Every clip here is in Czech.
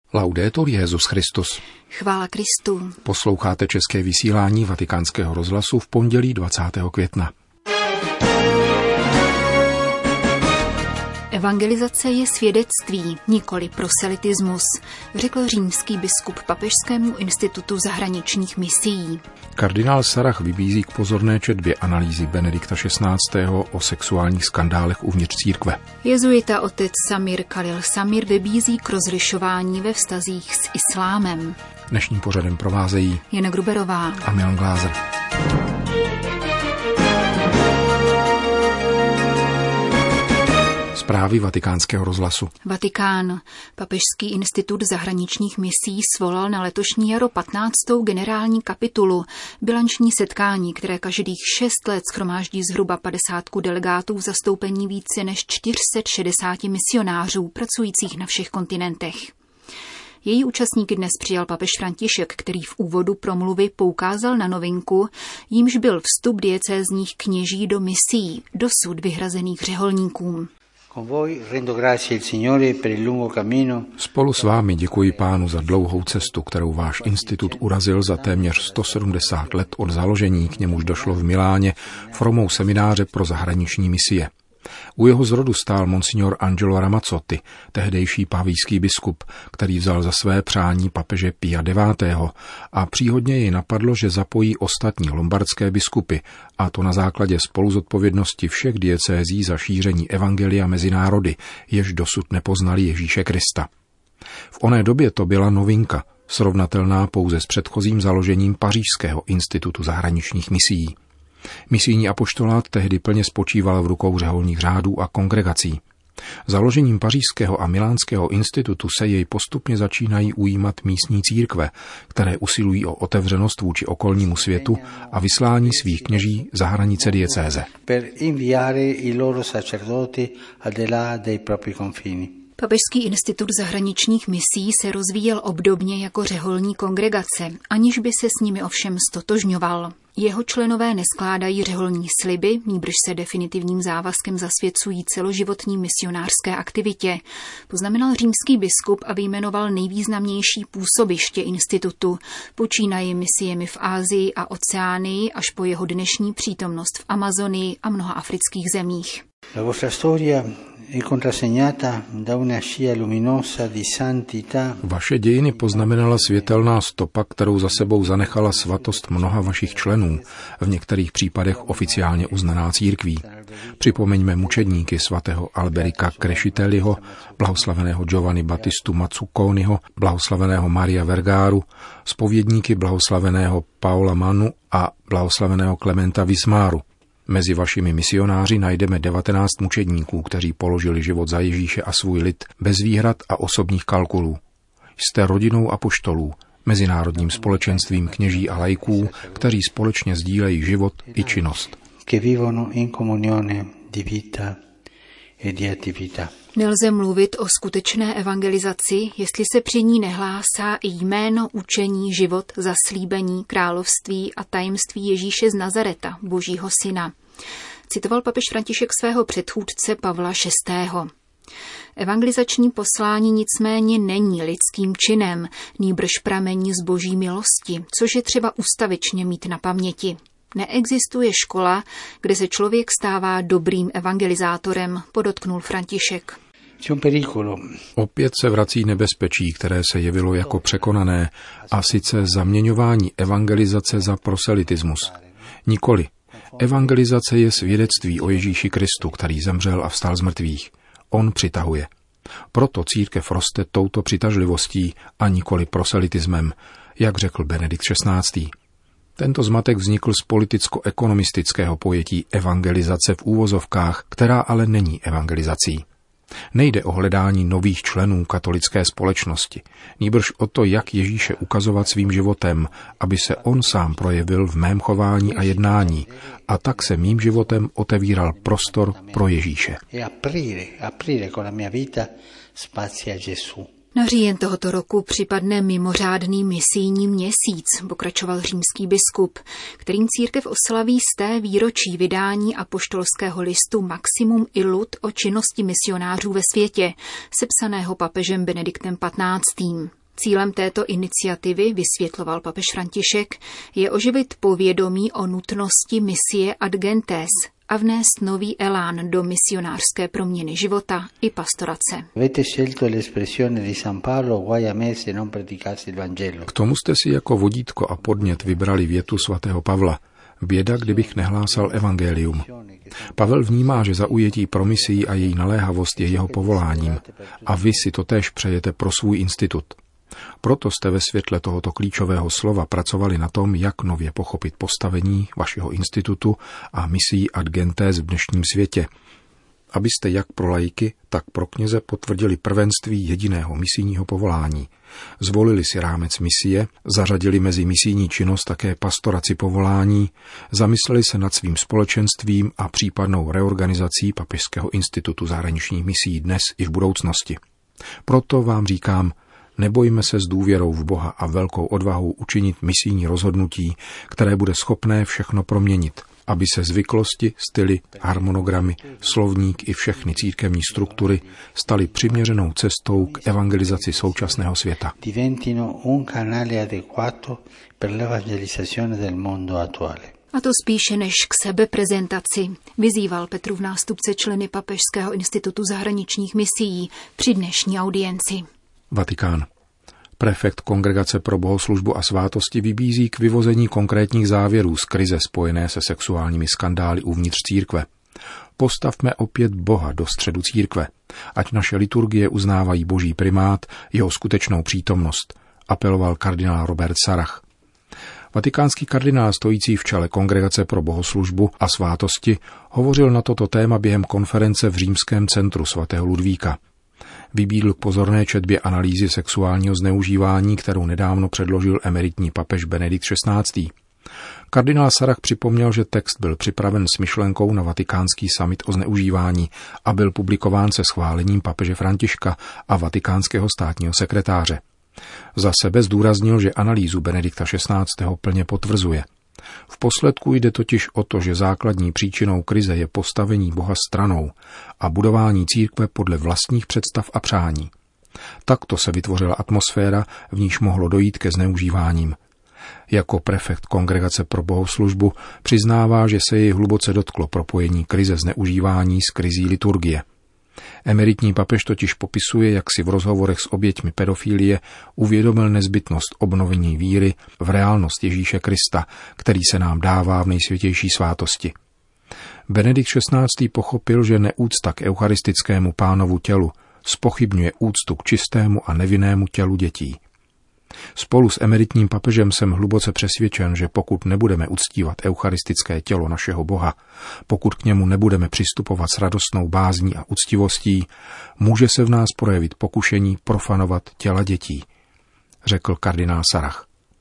Laudetur Jesus Christus. Chvála Kristu. Posloucháte české vysílání Vatikánského rozhlasu v pondělí 20. května. Evangelizace je svědectví, nikoli proselitismus, řekl římský biskup Papežskému institutu zahraničních misií. Kardinál Sarah vybízí k pozorné četbě analýzy Benedikta XVI. O sexuálních skandálech uvnitř církve. Jezuita otec Samir Khalil Samir vybízí k rozlišování ve vztazích s islámem. Dnešním pořadem provázejí Jana Gruberová a Milan Glázer. Zprávy Vatikánského rozhlasu. Vatikán. Papežský institut zahraničních misí svolal na letošní jaro 15. generální kapitulu, bilanční setkání, které každých 6 let shromáždí zhruba 50 delegátů v zastoupení více než 460 misionářů pracujících na všech kontinentech. Její účastníky dnes přijal papež František, který v úvodu promluvy poukázal na novinku, jímž byl vstup diecézních kněží do misií, dosud vyhrazených řeholníkům. Spolu s vámi děkuji Pánu za dlouhou cestu, kterou váš institut urazil za téměř 170 let od založení, k němuž došlo v Miláně formou semináře pro zahraniční misie. U jeho zrodu stál monsignor Angelo Ramazzotti, tehdejší pavijský biskup, který vzal za své přání papeže Pia IX. A příhodně jej napadlo, že zapojí ostatní lombardské biskupy, a to na základě spoluzodpovědnosti všech diecézí za šíření evangelia mezi národy, jež dosud nepoznali Ježíše Krista. V oné době to byla novinka, srovnatelná pouze s předchozím založením Pařížského institutu zahraničních misií. Misijní apoštolát tehdy plně spočíval v rukou řeholních řádů a kongregací. Založením Pařížského a Milánského institutu se jej postupně začínají ujímat místní církve, které usilují o otevřenost vůči okolnímu světu a vyslání svých kněží za hranice diecéze. Papežský institut zahraničních misí se rozvíjel obdobně jako řeholní kongregace, aniž by se s nimi ovšem stotožňoval. Jeho členové neskládají řeholní sliby, nýbrž se definitivním závazkem zasvěcují celoživotní misionářské aktivitě, poznamenal římský biskup a vyjmenoval nejvýznamnější působiště institutu, počínaje misiemi v Asii a Oceánii až po jeho dnešní přítomnost v Amazonii a mnoha afrických zemích. Vaše dějiny poznamenala světelná stopa, kterou za sebou zanechala svatost mnoha vašich členů, v některých případech oficiálně uznaná církví. Připomeňme mučedníky svatého Alberika Crescitelliho, blahoslaveného Giovanni Battistu Mazzucconiho, blahoslaveného Maria Vergáru, zpovědníky blahoslaveného Paola Mannu a blahoslaveného Klementa Vismaru. Mezi vašimi misionáři najdeme 19 mučedníků, kteří položili život za Ježíše a svůj lid bez výhrad a osobních kalkulů. Jste rodinou apoštolů, mezinárodním společenstvím kněží a laiků, kteří společně sdílejí život i činnost. Nelze mluvit o skutečné evangelizaci, jestli se při ní nehlásá i jméno, učení, život, zaslíbení, království a tajemství Ježíše z Nazareta, Božího syna. Citoval papež František svého předchůdce Pavla VI. Evangelizační poslání nicméně není lidským činem, nýbrž pramení z Boží milosti, což je třeba ustavičně mít na paměti. Neexistuje škola, kde se člověk stává dobrým evangelizátorem, podotknul František. Opět se vrací nebezpečí, které se jevilo jako překonané, a sice zaměňování evangelizace za proselitismus. Nikoli. Evangelizace je svědectví o Ježíši Kristu, který zemřel a vstal z mrtvých. On přitahuje. Proto církev roste touto přitažlivostí a nikoli proselitismem, jak řekl Benedikt XVI. Tento zmatek vznikl z politicko-ekonomistického pojetí evangelizace v úvozovkách, která ale není evangelizací. Nejde o hledání nových členů katolické společnosti, nýbrž o to, jak Ježíše ukazovat svým životem, aby se on sám projevil v mém chování a jednání, a tak se mým životem otevíral prostor pro Ježíše. Na říjen tohoto roku připadne mimořádný misijní měsíc, pokračoval římský biskup, kterým církev oslaví 100. výročí vydání apoštolského listu Maximum Illud o činnosti misionářů ve světě, sepsaného papežem Benediktem XV. Cílem této iniciativy, vysvětloval papež František, je oživit povědomí o nutnosti misie ad gentes a vnést nový elán do misionářské proměny života i pastorace. K tomu jste si jako vodítko a podnět vybrali větu svatého Pavla. Běda, kdybych nehlásal evangelium. Pavel vnímá, že zaujetí pro misii a její naléhavost je jeho povoláním a vy si to též přejete pro svůj institut. Proto jste ve světle tohoto klíčového slova pracovali na tom, jak nově pochopit postavení vašeho institutu a misií ad gentes v dnešním světě, abyste jak pro laiky, tak pro kněze potvrdili prvenství jediného misijního povolání. Zvolili si rámec misie, zařadili mezi misijní činnost také pastoraci povolání, zamysleli se nad svým společenstvím a případnou reorganizací Papežského institutu zahraničních misií dnes i v budoucnosti. Proto vám říkám, nebojme se s důvěrou v Boha a velkou odvahou učinit misijní rozhodnutí, které bude schopné všechno proměnit, aby se zvyklosti, styly, harmonogramy, slovník i všechny církevní struktury staly přiměřenou cestou k evangelizaci současného světa. A to spíše než k sebeprezentaci, vyzýval Petrův nástupce členy Papežského institutu zahraničních misií při dnešní audienci. Vatikán. Prefekt Kongregace pro bohoslužbu a svátosti vybízí k vyvození konkrétních závěrů z krize spojené se sexuálními skandály uvnitř církve. Postavme opět Boha do středu církve, ať naše liturgie uznávají boží primát, jeho skutečnou přítomnost, apeloval kardinál Robert Sarach. Vatikánský kardinál stojící v čele Kongregace pro bohoslužbu a svátosti hovořil na toto téma během konference v Římském centru svatého Ludvíka. Vybídl k pozorné četbě analýzy sexuálního zneužívání, kterou nedávno předložil emeritní papež Benedikt XVI. Kardinál Sarach připomněl, že text byl připraven s myšlenkou na vatikánský summit o zneužívání a byl publikován se schválením papeže Františka a vatikánského státního sekretáře. Za sebe zdůraznil, že analýzu Benedikta XVI. Plně potvrzuje. V posledku jde totiž o to, že základní příčinou krize je postavení Boha stranou a budování církve podle vlastních představ a přání. Takto se vytvořila atmosféra, v níž mohlo dojít ke zneužíváním. Jako prefekt Kongregace pro bohoslužbu přiznává, že se jej hluboce dotklo propojení krize zneužívání s krizí liturgie. Emeritní papež totiž popisuje, jak si v rozhovorech s oběťmi pedofilie uvědomil nezbytnost obnovení víry v reálnost Ježíše Krista, který se nám dává v nejsvětější svátosti. Benedikt XVI. Pochopil, že neúcta k eucharistickému Pánovu tělu zpochybňuje úctu k čistému a nevinnému tělu dětí. Spolu s emeritním papežem jsem hluboce přesvědčen, že pokud nebudeme uctívat eucharistické tělo našeho Boha, pokud k němu nebudeme přistupovat s radostnou bázní a uctivostí, může se v nás projevit pokušení profanovat těla dětí, řekl kardinál Sarach.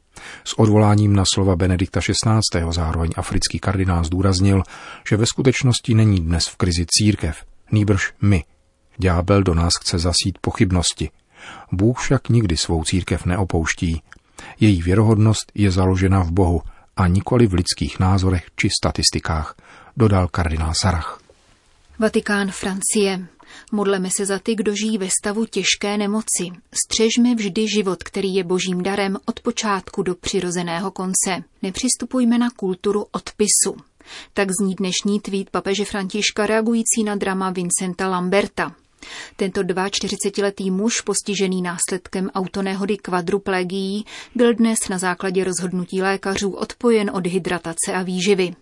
S odvoláním na slova Benedikta XVI. Zároveň africký kardinál zdůraznil, že ve skutečnosti není dnes v krizi církev, nýbrž my. Ďábel do nás chce zasít pochybnosti. Bůh však nikdy svou církev neopouští. Její věrohodnost je založena v Bohu a nikoli v lidských názorech či statistikách, dodal kardinál Sarach. Vatikán, Francie. Modleme se za ty, kdo žijí ve stavu těžké nemoci. Střežme vždy život, který je božím darem od počátku do přirozeného konce. Nepřistupujme na kulturu odpisu. Tak zní dnešní tweet papeže Františka reagující na drama Vincenta Lamberta. Tento 42letý muž, postižený následkem autonehody kvadruplegií, byl dnes na základě rozhodnutí lékařů odpojen od hydratace a výživy.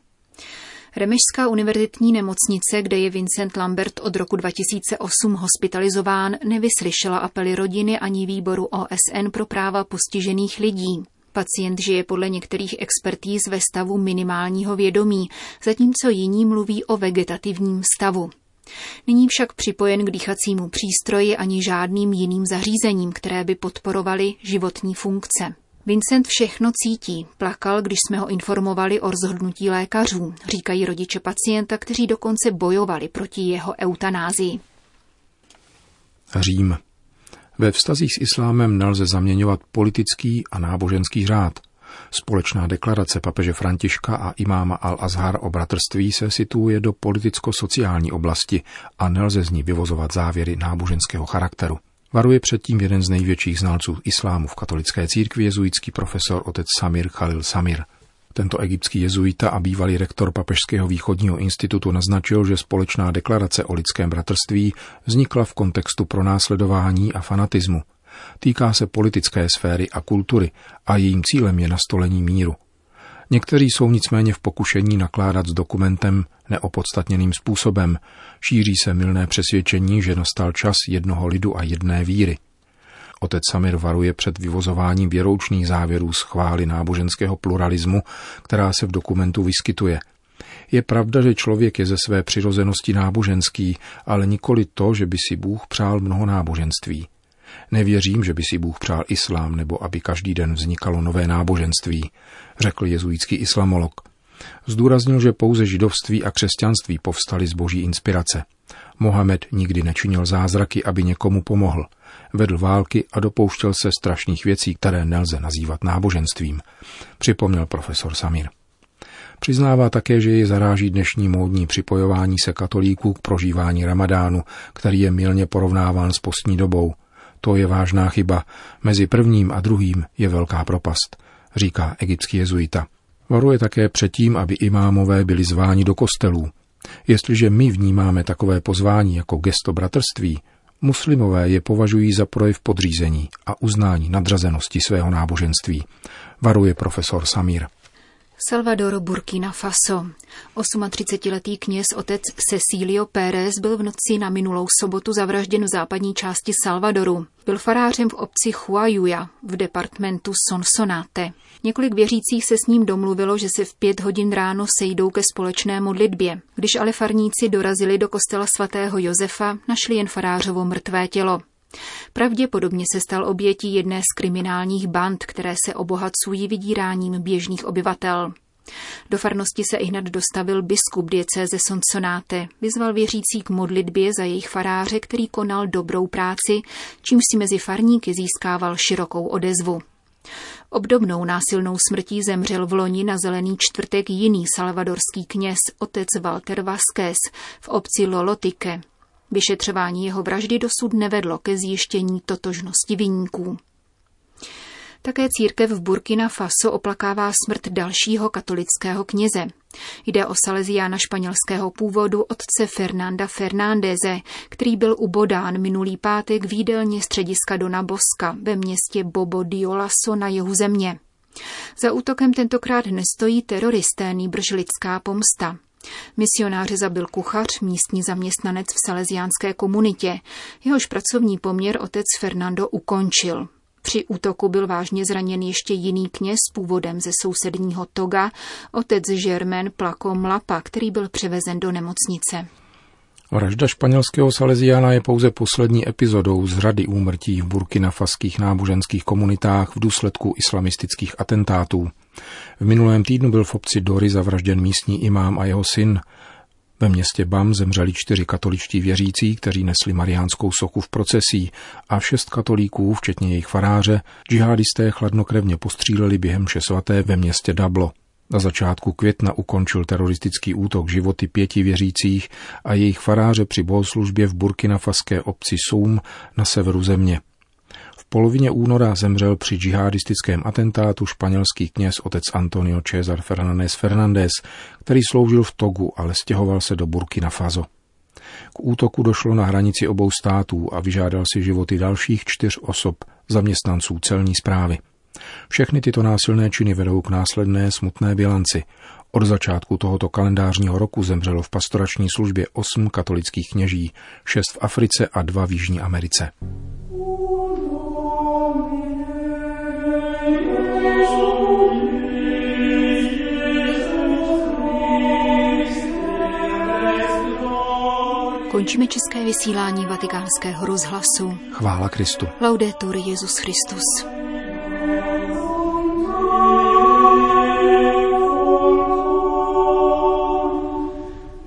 Remešská univerzitní nemocnice, kde je Vincent Lambert od roku 2008 hospitalizován, nevyslyšela apely rodiny ani výboru OSN pro práva postižených lidí. Pacient žije podle některých expertíz ve stavu minimálního vědomí, zatímco jiní mluví o vegetativním stavu. Není však připojen k dýchacímu přístroji ani žádným jiným zařízením, které by podporovaly životní funkce. Vincent všechno cítí, plakal, když jsme ho informovali o rozhodnutí lékařů, říkají rodiče pacienta, kteří dokonce bojovali proti jeho eutanázii. Řím. Ve vztazích s islámem nelze zaměňovat politický a náboženský řád. Společná deklarace papeže Františka a imáma Al-Azhar o bratrství se situuje do politicko-sociální oblasti a nelze z ní vyvozovat závěry náboženského charakteru. Varuje předtím jeden z největších znalců islámu v katolické církvi, jezuitský profesor otec Samir Khalil Samir. Tento egyptský jezuita a bývalý rektor Papežského východního institutu naznačil, že společná deklarace o lidském bratrství vznikla v kontextu pronásledování a fanatismu. Týká se politické sféry a kultury a jejím cílem je nastolení míru. Někteří jsou nicméně v pokušení nakládat s dokumentem neopodstatněným způsobem. Šíří se mylné přesvědčení, že nastal čas jednoho lidu a jedné víry. Otec Samir varuje před vyvozováním věroučných závěrů z chvály náboženského pluralismu, která se v dokumentu vyskytuje. Je pravda, že člověk je ze své přirozenosti náboženský, ale nikoli to, že by si Bůh přál mnoho náboženství. Nevěřím, že by si Bůh přál islám, nebo aby každý den vznikalo nové náboženství, řekl jezuitský islamolog. Zdůraznil, že pouze židovství a křesťanství povstaly z boží inspirace. Mohamed nikdy nečinil zázraky, aby někomu pomohl. Vedl války a dopouštěl se strašných věcí, které nelze nazývat náboženstvím, připomněl profesor Samir. Přiznává také, že je zaráží dnešní módní připojování se katolíků k prožívání ramadánu, který je mylně porovnáván s postní dobou. To je vážná chyba. Mezi prvním a druhým je velká propast, říká egyptský jezuita. Varuje také před tím, aby imámové byli zváni do kostelů. Jestliže my vnímáme takové pozvání jako gesto bratrství, muslimové je považují za projev podřízení a uznání nadřazenosti svého náboženství, varuje profesor Samir. Salvador, Burkina Faso. 38letý kněz otec Cecilio Pérez byl v noci na minulou sobotu zavražděn v západní části Salvadoru. Byl farářem v obci Huayuya v departementu Sonsonate. Několik věřících se s ním domluvilo, že se v 5 hodin ráno sejdou ke společné modlitbě. Když ale farníci dorazili do kostela svatého Josefa, našli jen farářovo mrtvé tělo. Pravděpodobně se stal obětí jedné z kriminálních band, které se obohacují vydíráním běžných obyvatel. Do farnosti se ihned dostavil biskup diecéze Sonsonate, vyzval věřící k modlitbě za jejich faráře, který konal dobrou práci, čímž si mezi farníky získával širokou odezvu. Obdobnou násilnou smrtí zemřel v loni na Zelený čtvrtek jiný salvadorský kněz, otec Walter Vázquez, v obci Lolotique. Vyšetřování jeho vraždy dosud nevedlo ke zjištění totožnosti viníků. Také církev v Burkina Faso oplakává smrt dalšího katolického kněze. Jde o saleziána španělského původu otce Fernanda Fernándeze, který byl ubodán minulý pátek v jídelně střediska Dona Bosca ve městě Bobo Dioulasso na jihu země. Za útokem tentokrát nestojí teroristé, nýbrž lidská pomsta. Misionáře zabil kuchař, místní zaměstnanec v salesiánské komunitě. Jehož pracovní poměr otec Fernando ukončil. Při útoku byl vážně zraněn ještě jiný kněz původem ze sousedního Toga, otec Germain Placo Mlapa, který byl převezen do nemocnice. Vražda španělského saleziána je pouze poslední epizodou z řady úmrtí v burkinafaských náboženských komunitách v důsledku islamistických atentátů. V minulém týdnu byl v obci Dori zavražděn místní imám a jeho syn. Ve městě Bam zemřeli 4 katoličtí věřící, kteří nesli mariánskou sochu v procesí, a 6 katolíků, včetně jejich faráře, džihadisté chladnokrevně postříleli během mše svaté ve městě Dablo. Na začátku května ukončil teroristický útok životy 5 věřících a jejich faráře při bohoslužbě v burkinafaské obci Soum na severu země. V polovině února zemřel při džihadistickém atentátu španělský kněz otec Antonio César Fernández Fernández, který sloužil v Togu, ale stěhoval se do Burkina Faso. K útoku došlo na hranici obou států a vyžádal si životy dalších 4 osob, zaměstnanců celní správy. Všechny tyto násilné činy vedou k následné smutné bilanci. Od začátku tohoto kalendářního roku zemřelo v pastorační službě 8 katolických kněží, 6 v Africe a 2 v Jižní Americe. Končíme české vysílání Vatikánského rozhlasu. Chvála Kristu. Laudetur Jesus Christus.